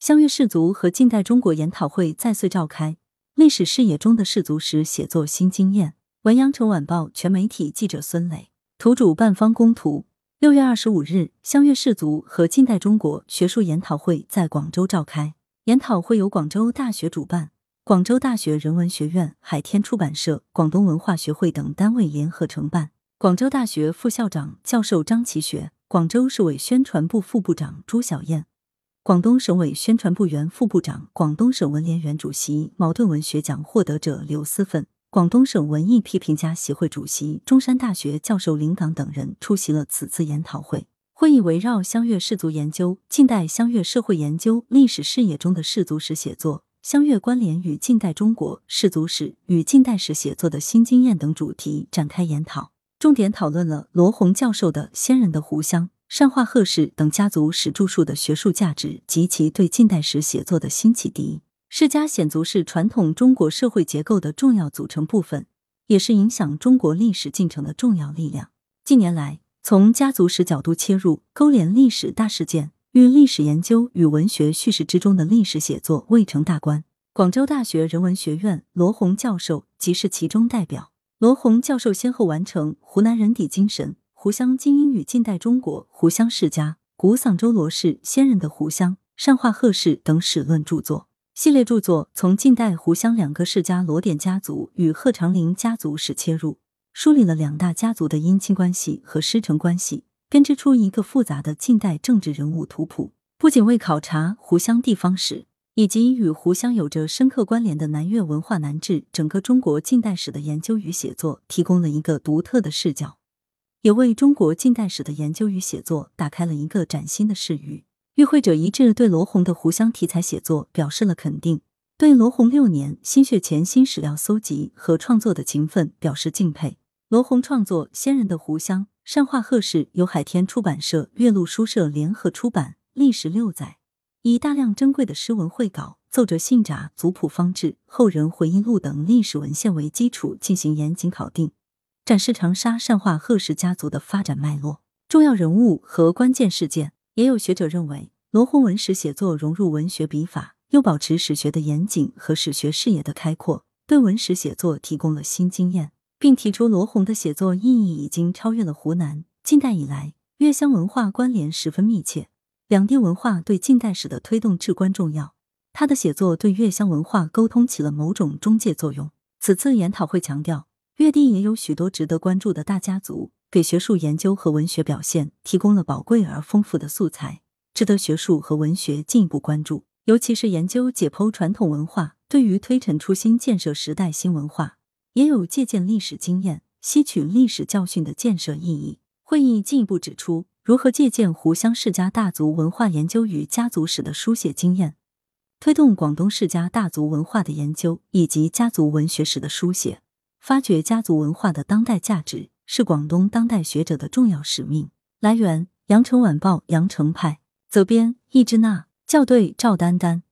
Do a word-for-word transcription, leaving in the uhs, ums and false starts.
湘粤士族和近代中国研讨会再岁召开，历史视野中的士族史写作新经验。文阳城晚报全媒体记者孙磊，图主办方供图。六月二十五日，湘粤士族和近代中国学术研讨会在广州召开。研讨会由广州大学主办，广州大学人文学院、海天出版社、广东文化学会等单位联合承办。广州大学副校长、教授张其学，广州市委宣传部副部长朱晓燕，广东省委宣传部原副部长、广东省文联原主席、茅盾文学奖获得者刘思奋，广东省文艺批评家协会主席、中山大学教授林岗等人出席了此次研讨会。会议围绕湘粤士族研究、近代湘粤社会研究、历史视野中的士族史写作、湘粤关联与近代中国、士族史与近代史写作的新经验等主题展开研讨，重点讨论了罗洪教授的《先人的湖湘》、单化贺氏等家族史著述的学术价值及其对近代史写作的新启迪。世家显族是传统中国社会结构的重要组成部分，也是影响中国历史进程的重要力量。近年来，从家族史角度切入，勾连历史大事件，与历史研究与文学叙事之中的历史写作未成大关。广州大学人文学院罗洪教授即是其中代表。罗洪教授先后完成《湖南人底精神》、《湖湘精英与近代中国》、《湖湘世家》、《古桑州罗氏先人的湖湘》、《单化贺氏》等史论著作。系列著作从近代湖湘两个世家罗典家族与贺长龄家族史切入，梳理了两大家族的姻亲关系和师承关系，编织出一个复杂的近代政治人物图谱。不仅为考察湖湘地方史以及与湖湘有着深刻关联的南粤文化南治整个中国近代史的研究与写作提供了一个独特的视角，也为中国近代史的研究与写作打开了一个崭新的视域。与会者一致对罗洪的湖湘题材写作表示了肯定，对罗洪六年心血潜心史料搜集和创作的勤奋表示敬佩。罗洪创作《先人的湖湘》、《单化贺氏》由海天出版社、岳麓书社联合出版，历时六载，以大量珍贵的诗文会稿、奏折信札、族谱方志、后人回忆录等历史文献为基础进行严谨考定，展示长沙单化贺氏家族的发展脉络、重要人物和关键事件。也有学者认为，罗洪文史写作融入文学笔法，又保持史学的严谨和史学视野的开阔，对文史写作提供了新经验，并提出罗洪的写作意义已经超越了湖南。近代以来，粤湘文化关联十分密切，两地文化对近代史的推动至关重要，他的写作对粤湘文化沟通起了某种中介作用。此次研讨会强调，粤地也有许多值得关注的大家族，给学术研究和文学表现提供了宝贵而丰富的素材，值得学术和文学进一步关注。尤其是研究解剖传统文化，对于推陈出新建设时代新文化，也有借鉴历史经验、吸取历史教训的建设意义。会议进一步指出，如何借鉴湖湘世家大族文化研究与家族史的书写经验，推动广东世家大族文化的研究以及家族文学史的书写，发掘家族文化的当代价值，是广东当代学者的重要使命。来源：羊城晚报羊城派，责编：易之娜，校对：赵丹丹。